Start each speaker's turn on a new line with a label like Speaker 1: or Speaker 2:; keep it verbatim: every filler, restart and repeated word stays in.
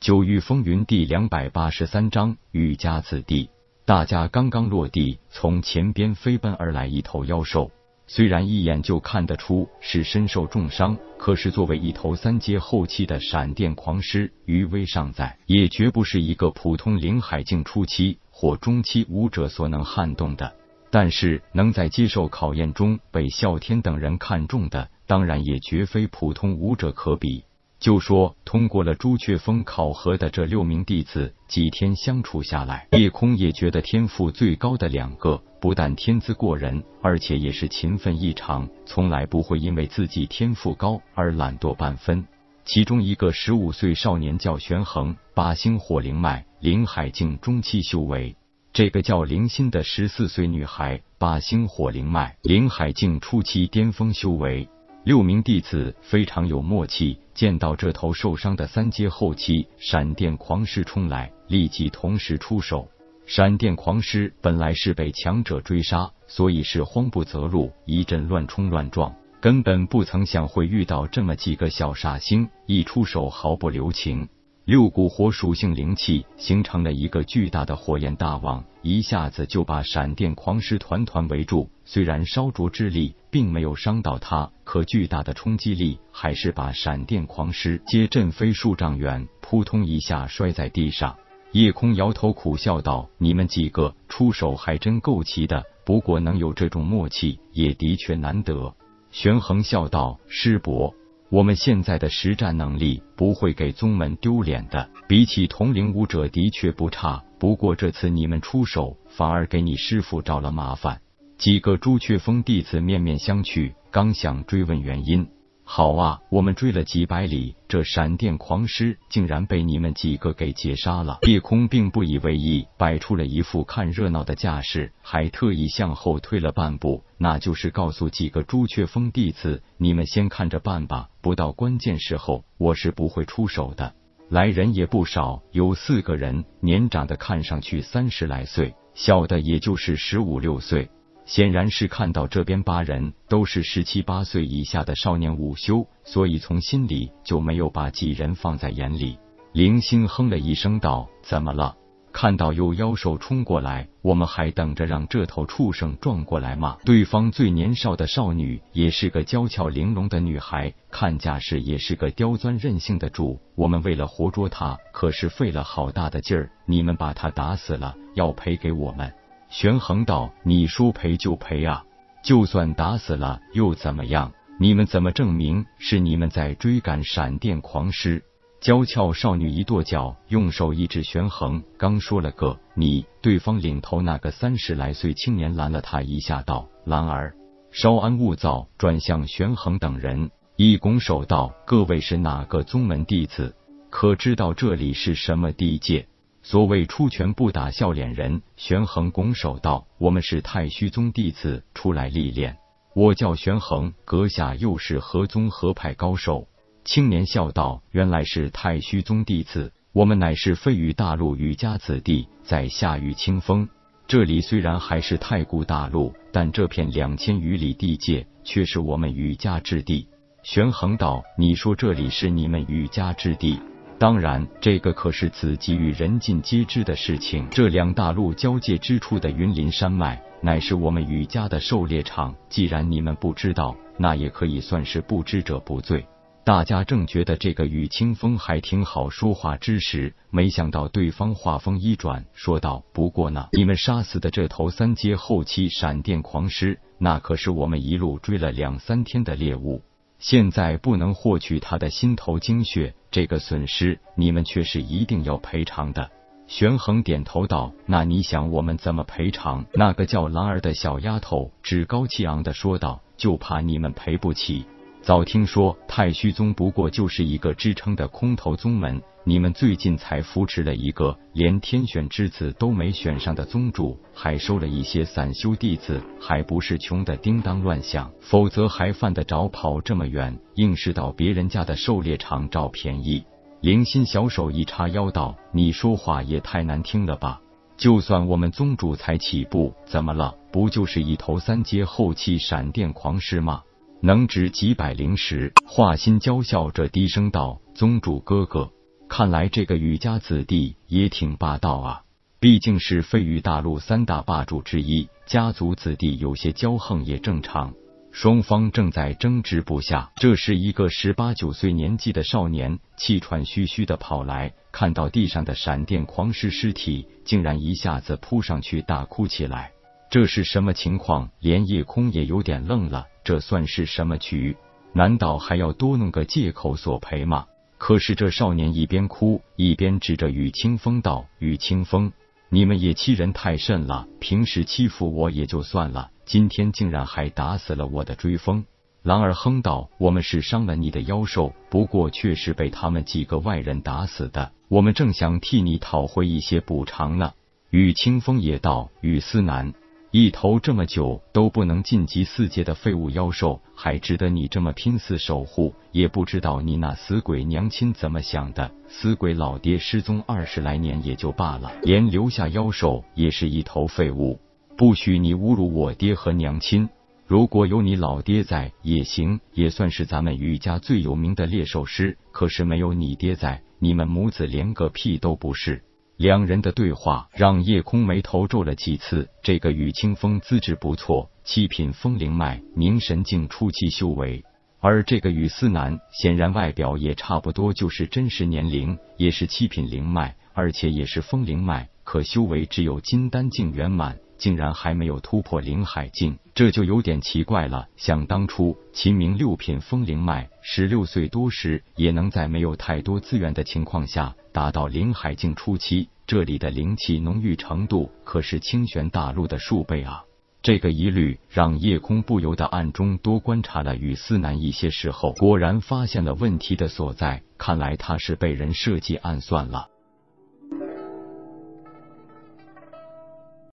Speaker 1: 九域风云第两百八十三章欲加子弟。大家刚刚落地，从前边飞奔而来一头妖兽，虽然一眼就看得出是身受重伤，可是作为一头三阶后期的闪电狂狮，余威尚在，也绝不是一个普通灵海境初期或中期武者所能撼动的。但是能在接受考验中被啸天等人看中的，当然也绝非普通武者可比。就说通过了朱雀峰考核的这六名弟子，几天相处下来，叶空也觉得天赋最高的两个不但天资过人，而且也是勤奋异常，从来不会因为自己天赋高而懒惰半分。其中一个十五岁少年叫玄衡，八星火灵脉，灵海境中期修为；这个叫灵心的十四岁女孩，八星火灵脉，灵海境初期巅峰修为。六名弟子非常有默契，见到这头受伤的三阶后期闪电狂狮冲来，立即同时出手。闪电狂狮本来是被强者追杀，所以是慌不择路，一阵乱冲乱撞，根本不曾想会遇到这么几个小煞星，一出手毫不留情。六股火属性灵气形成了一个巨大的火焰大网，一下子就把闪电狂狮团团围住。虽然烧灼之力并没有伤到他，可巨大的冲击力还是把闪电狂狮皆震飞数丈远，扑通一下摔在地上。夜空摇头苦笑道：“你们几个出手还真够齐的，不过能有这种默契也的确难得。”玄衡笑道：“师伯，我们现在的实战能力不会给宗门丢脸的，比起同龄武者的确不差，不过这次你们出手反而给你师父找了麻烦。”几个朱雀峰弟子面面相觑，刚想追问原因，好啊，我们追了几百里，这闪电狂狮竟然被你们几个给截杀了。夜空并不以为意，摆出了一副看热闹的架势，还特意向后退了半步，那就是告诉几个朱雀峰弟子，你们先看着办吧，不到关键时候我是不会出手的。来人也不少，有四个人，年长的看上去三十来岁，小的也就是十五六岁。显然是看到这边八人都是十七八岁以下的少年午休，所以从心里就没有把几人放在眼里。灵心哼了一声道：“怎么了？看到有妖兽冲过来，我们还等着让这头畜生撞过来吗？”对方最年少的少女也是个娇俏玲珑的女孩，看架势也是个刁钻任性的主。我们为了活捉她，可是费了好大的劲儿，你们把她打死了，要赔给我们。玄衡道：“你说赔就赔啊，就算打死了又怎么样？你们怎么证明是你们在追赶闪电狂狮？”娇俏少女一跺脚，用手一指玄衡，刚说了个你，对方领头那个三十来岁青年拦了他一下，道：“兰儿，稍安勿躁。”转向玄衡等人，一拱手道：“各位是哪个宗门弟子？可知道这里是什么地界？”所谓出拳不打笑脸人，玄衡拱手道：“我们是太虚宗弟子，出来历练。我叫玄衡，阁下又是何宗何派高手？”青年笑道：“原来是太虚宗弟子，我们乃是飞羽大陆羽家子弟，在下雨清风。这里虽然还是太古大陆，但这片两千余里地界却是我们羽家之地。”玄衡道：“你说这里是你们羽家之地？当然，这个可是子集与人尽皆知的事情。这两大陆交界之处的云林山脉，乃是我们羽家的狩猎场。既然你们不知道，那也可以算是不知者不罪。”大家正觉得这个雨清风还挺好说话之时，没想到对方话锋一转，说道：“不过呢，你们杀死的这头三阶后期闪电狂狮，那可是我们一路追了两三天的猎物。现在不能获取他的心头精血，这个损失你们却是一定要赔偿的。”玄衡点头道：“那你想我们怎么赔偿？”那个叫兰儿的小丫头趾高气昂地说道：“就怕你们赔不起。早听说太虚宗不过就是一个支撑的空头宗门，你们最近才扶持了一个连天选之子都没选上的宗主，还收了一些散修弟子，还不是穷的叮当乱响，否则还犯得着跑这么远，硬是到别人家的狩猎场找便宜。”灵心小手一叉腰道：“你说话也太难听了吧？就算我们宗主才起步，怎么了？不就是一头三阶后期闪电狂狮吗？能值几百灵石。”华心娇笑着低声道：“宗主哥哥， 看来这个宇家子弟也挺霸道啊，毕竟是飞羽大陆三大霸主之一，家族子弟有些骄横也正常。双方正在争执不下，这时一个十八九岁年纪的少年气喘吁吁的跑来，看到地上的闪电狂狮尸体，竟然一下子扑上去大哭起来。这是什么情况？连夜空也有点愣了，这算是什么局？难道还要多弄个借口索赔吗？可是这少年一边哭一边指着雨清风道：“雨清风，你们也欺人太甚了，平时欺负我也就算了，今天竟然还打死了我的追风。”狼儿哼道：“我们是伤了你的妖兽，不过却是被他们几个外人打死的，我们正想替你讨回一些补偿呢。”雨清风也道：“雨思南，一头这么久都不能晋级四阶的废物妖兽，还值得你这么拼死守护？也不知道你那死鬼娘亲怎么想的，死鬼老爹失踪二十来年也就罢了，连留下妖兽也是一头废物，不许你侮辱我爹和娘亲。如果有你老爹在也行，也算是咱们雨家最有名的猎兽师，可是没有你爹在，你们母子连个屁都不是。”两人的对话让叶空眉头皱了几次。这个雨清风资质不错，七品风灵脉，凝神境初期修为，而这个雨思南显然外表也差不多，就是真实年龄也是七品灵脉，而且也是风灵脉，可修为只有金丹境圆满，竟然还没有突破灵海境，这就有点奇怪了。想当初秦明六品风灵脉，十六岁多时也能在没有太多资源的情况下达到灵海境初期，这里的灵气浓郁程度可是清玄大陆的数倍啊。这个疑虑让叶空不由得暗中多观察了雨思南一些时候，果然发现了问题的所在，看来他是被人设计暗算了。